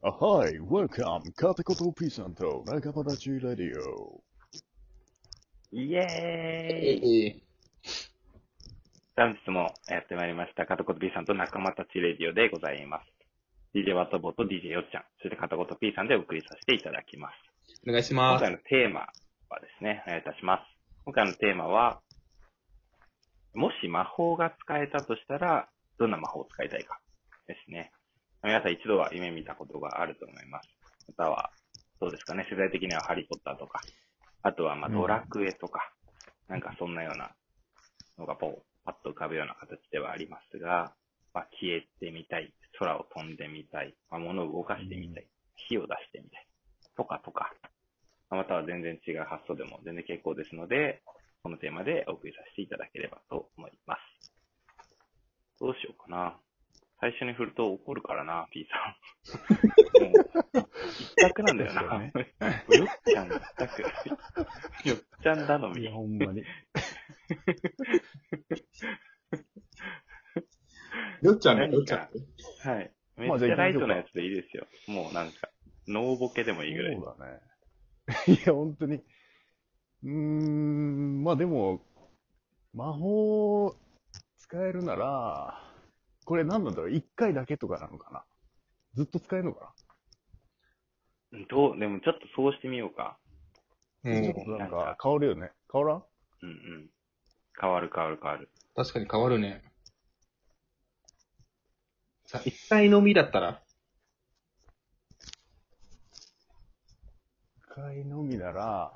はい、Welcome! カタコト P さんと仲間たちレディオ。 イエーイ。本日もやってまいりました。片言 P さんと仲間たちレディオでございます。DJ ワトボと DJ よっちゃん、そして片言 P さんでお送りさせていただきます。 お願いします。 今回のテーマはですね、お願いいたします。今回のテーマは、もし魔法が使えたとしたら、どんな魔法を使いたいかですね。皆さん一度は夢見たことがあると思います。または、どうですかね、世代的にはハリーポッターとか、あとはドラクエとか、なんかそんなようなのがパッと浮かぶような形ではありますが、消えてみたい、空を飛んでみたい、物を動かしてみたい、火を出してみたい、とか、または全然違う発想でも全然結構ですので、このテーマでお送りさせていただければと思います。どうしようかな。最初に振ると怒るからな、P さん。もう、一択なんだよな。よっちゃん一択。よっちゃん頼み。 いや、ほんまに。 よっちゃんね、よっ何ちゃんか。はい。めっちゃライトなやつでいいですよ。もうなんか、ノーボケでもいいぐらい。 そうだね。いや、ほんとに。でも、魔法使えるなら、これ何なんだろう、一回だけとかなのかな。ずっと使えるのかでもちょっとそうしてみようか。 な。ちょっとなんか変わるよね。変わらん？ うんうん。変わる。 確かに変わるね。さ、一回のみだったら一回のみなら、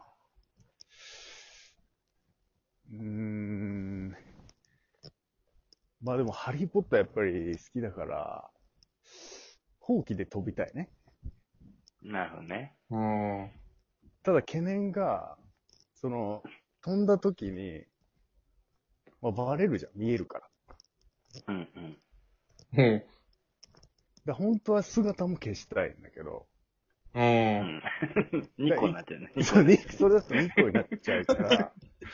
でも、ハリーポッターやっぱり好きだから、ほうきで飛びたいね。 なるほどね。 ただ懸念が、飛んだ時に、バレるじゃん。見えるから。 うん本当は姿も消したいんだけど、 うん。うん2個になっちゃうね。 それだと2個になっちゃうから、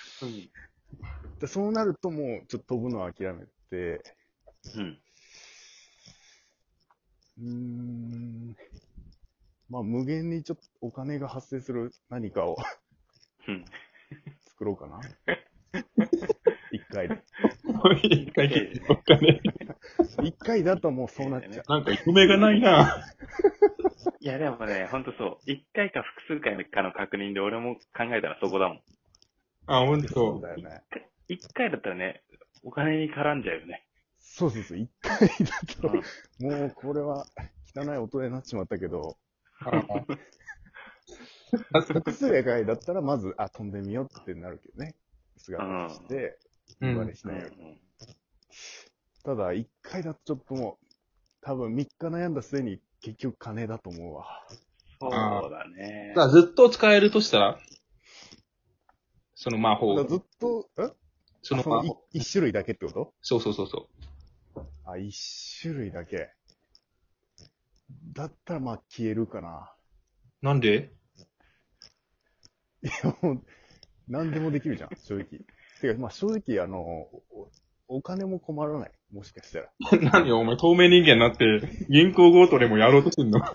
そうなるともうちょっと飛ぶのは諦めて、無限にちょっとお金が発生する何かを作ろうかな。一回で。 一回でお金。 一回だともうそうなっちゃう。 なんか夢がないな。 いやでもね、ほんとそう。1回か複数回かの確認で俺も考えたらそこだもん。 あ、ほんそうと。 だよね。 1回だったらね、お金に絡んじゃうよね。 そう。一回だと、もうこれは汚い音になってしまったけど、複数回だったらまず、飛んでみようってなるけどね。姿にして、言われしないように。ただ、一回だとちょっともう、多分3日悩んだ末に結局金だと思うわ。 そうだね。 だからずっと使えるとしたらその魔法。 ずっと、 その魔法。 一種類だけってこと？ そう。 一種類だけ。だったら消えるかな。 なんで？ いや、もう、何でもできるじゃん、正直。てか、正直、お金も困らない。もしかしたら。 何よ、お前透明人間になって、銀行強盗でもやろうとすんの？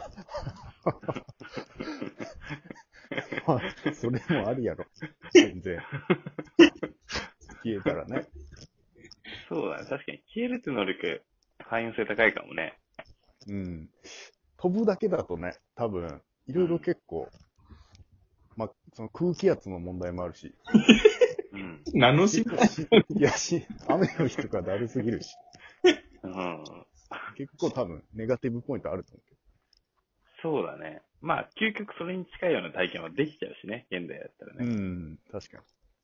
それもありやろ。全然。消えたらね。 そうだね。確かに消えるって能力、汎用性高いかもね。 飛ぶだけだとね、多分、いろいろ結構、その空気圧の問題もあるし。 何の心配？ いや雨の日とかだるすぎるし。結構多分、ネガティブポイントあると思うけど。 そうだね。究極それに近いような体験はできちゃうしね、現代だったらね。 確か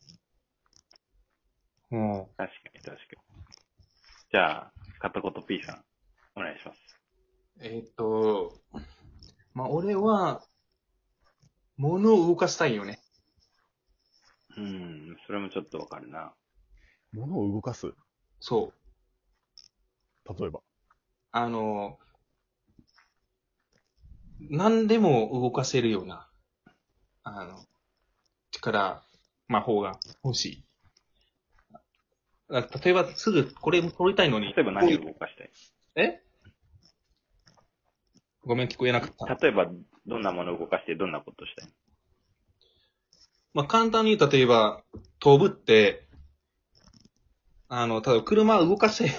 に。確かに。じゃあ、片言 P さん、お願いします。 俺は、物を動かしたいよね。 それもちょっとわかるな。 物を動かす？ そう。 例えば。 何でも動かせるような、魔法が欲しい。例えば、すぐこれ取りたいのに。 例えば何を動かしたい？ ごめん、聞こえなかった。 例えば、どんなものを動かしてどんなことをしたい？ まあ、簡単に例えば、飛ぶって、例えば車を動かせ、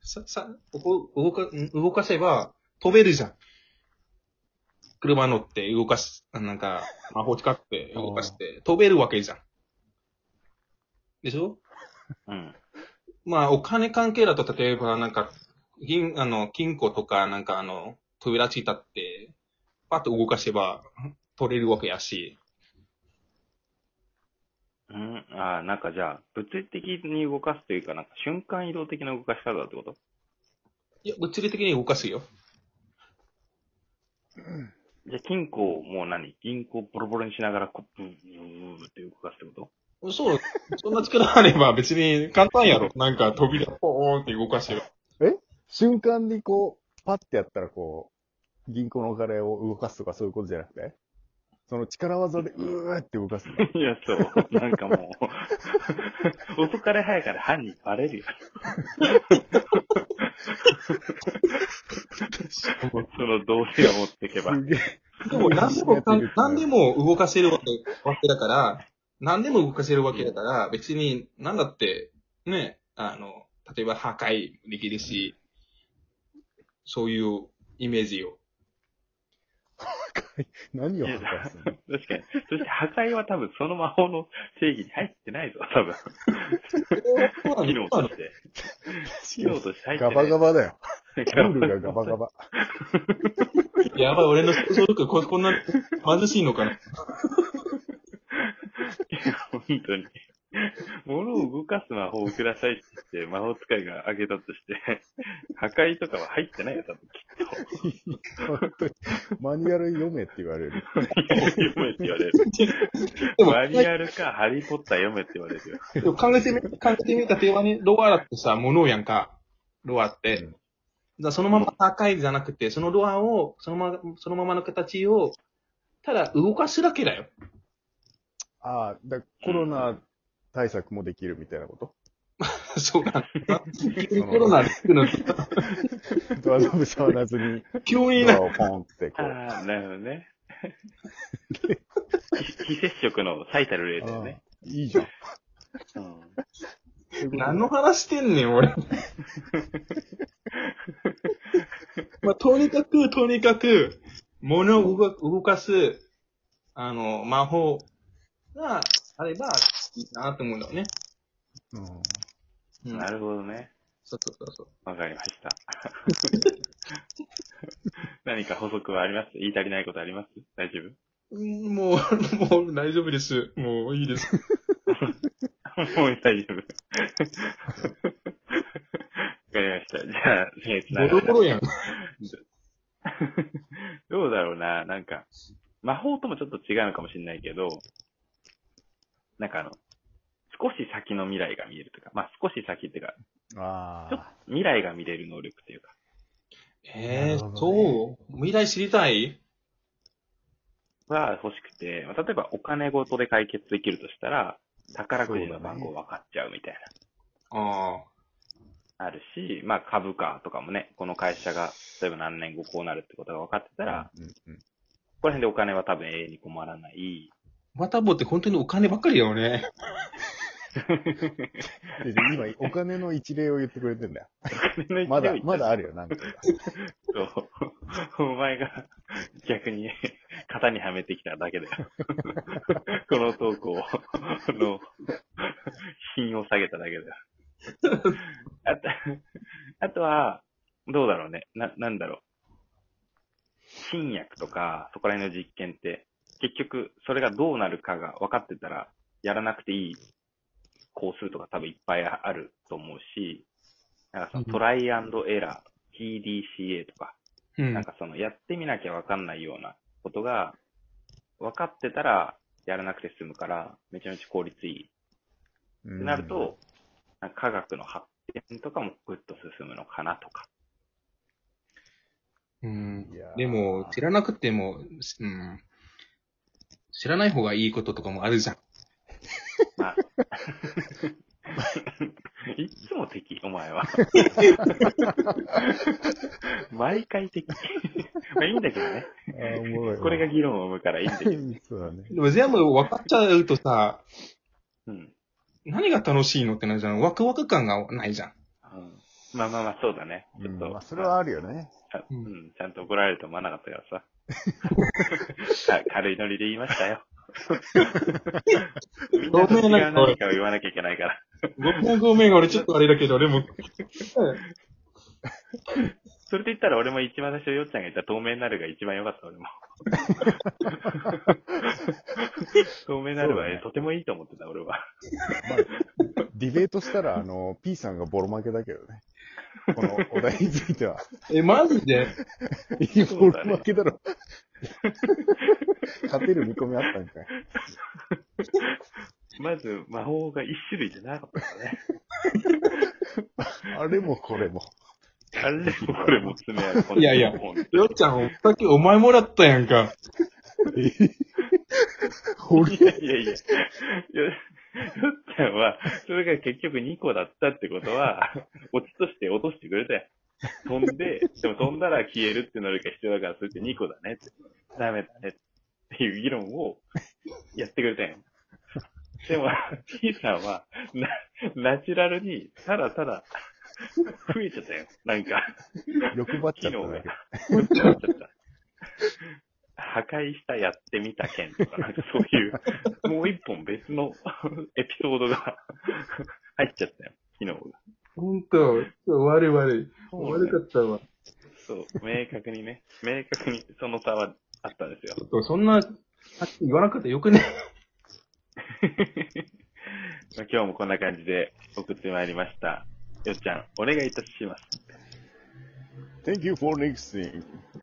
動かせば飛べるじゃん。車乗って動かす、なんか、魔法使って動かして飛べるわけじゃん。でしょ？ うん。 まあ、お金関係だと、例えば、なんか、金庫とか、なんか扉ついたって、パッと動かせば取れるわけやし。 なんかじゃあ、物理的に動かすというか、なんか瞬間移動的な動かし方だってこと？ いや、物理的に動かすよ。 じゃあ、金庫をもう銀行ボロボロにしながら、ブーブーって動かすってこと？ そう、そんな力あれば別に簡単やろ。なんか扉ポーンって動かしてる。 瞬間にこう、パッてやったらこう、銀行のお金を動かすとかそういうことじゃなくて、その力技でうーって動かすの。 いや、そう。なんかもう、遅かれ早かれ犯人バレるよ。その動詞を持っていけば。 すげえ。 でも何でも動かせるわけだから、何でも動かせるわけだから、別に何だって、ね、例えば破壊できるし、そういうイメージよ。 何を破壊するの？ 確かに。そして破壊は多分その魔法の定義に入ってないぞ、多分。機能として。機能として入ってない。 ガバガバだよ。ルールがガバガバ。 やばい、俺の想像力こんな貧しいのかな。 本当に。物を動かす魔法をくださいって言って魔法使いが挙げたとして、破壊とかは入ってないよ、多分きっと。 本当に。マニュアル読めって言われる。 読めって言われる。マニュアルか、ハリーポッター読めって言われるよ。 でも考えてみたら、ね、ロアだってさ、物やんか。ロアって。だそのまま破壊じゃなくて、そのロアを、そのままの形を、ただ動かすだけだよ。 ああ、コロナ対策もできるみたいなこと？ そうか。コロナで来るのドアノブ触らずに、 急にドアをポンってこう。 ああ、なるほどね。非接触の最たる例だよね。 いいじゃん。 何の話してんねん、俺。まあ、とにかく、物を動かす、魔法があればいいなと思うんだよね。 なるほどね。 そう。 わかりました。何か補足はあります？言い足りないことあります？大丈夫？ もう大丈夫です。もういいです。 もう大丈夫。わかりました。じゃあ、 ボロボロやん。 どうだろうな。なんか、魔法ともちょっと違うのかもしれないけど、なんか少し先の未来が見えるというか、まあ少し先っていうか、ちょっと未来が見れる能力というか。 そう未来知りたいは欲しくて、例えばお金ごとで解決できるとしたら、宝くじの番号分かっちゃうみたいな。あるし、まあ株価とかもね、この会社が例えば何年後こうなるってことが分かってたら、ここら辺でお金は多分永遠に困らない。 ワタボって本当にお金ばっかりだよね。 今、お金の一例を言ってくれてんだよ。まだあるよ、なんか。 そう。お前が逆に型にはめてきただけだよ。この投稿の品を下げただけだよ。あとは、どうだろうね。なんだろう。新薬とか、そこら辺の実験って、結局、それがどうなるかが分かってたら、やらなくていい工数とか多分いっぱいあると思うし、なんかそのトライアンドエラー、PDCA とか、なんかそのやってみなきゃ分かんないようなことが、分かってたらやらなくて済むから、めちゃめちゃ効率いい。ってなると、科学の発展とかもぐっと進むのかなとか。 でも、知らなくても、知らない方がいいこととかもあるじゃん。 まあ、 いつも敵、お前は。毎回敵。まあいいんだけどね。 おもろいわ。 これが議論を生むからいいんだけど。 そうだね。 でも全部分かっちゃうとさ、 うん。 何が楽しいのってなるじゃん。ワクワク感がないじゃん。 まあまあまあ、そうだね。ちょっと。 まあ、それはあるよね。 ちゃんと怒られると思わなかったからさ。軽いノリで言いましたよ。みんなと違う何かを言わなきゃいけないから。 ごめん、俺ちょっとあれだけど、でも。 それで言ったら俺も一番最初よっちゃんが言った透明になるが一番良かった俺も。透明になるは、とてもいいと思ってた俺は。 まあ、ディベートしたら、P さんがボロ負けだけどね。このお題については。 マジでボロ負けだろ。勝てる見込みあったんかい。 まず、魔法が一種類じゃなかったからね。 あれもこれも。 あれもこれも詰め合う。 いやいや、よっちゃん、さっきお前もらったやんか。 いやいやいや。よっちゃんは、それが結局2個だったってことは、オチとして落としてくれたよ。飛んで、でも飛んだら消えるって能力が必要だから、それって2個だねって。ダメだねっていう議論をやってくれたよ。でも、T さんは、ナチュラルに、ただただ、増えちゃったよ。なんか。 欲張っちゃった機能が。 だけ。 欲張っちゃった。破壊したやってみた件とか、なんかそういう、もう一本別のエピソードが入っちゃったよ。機能が。 ほんと、悪かったわ。 そう、明確にその差はあったんですよ。 そんな、はっきり言わなくてよくね。 今日もこんな感じで送ってまいりました。よっちゃん、お願いいたします。 Thank you for listening.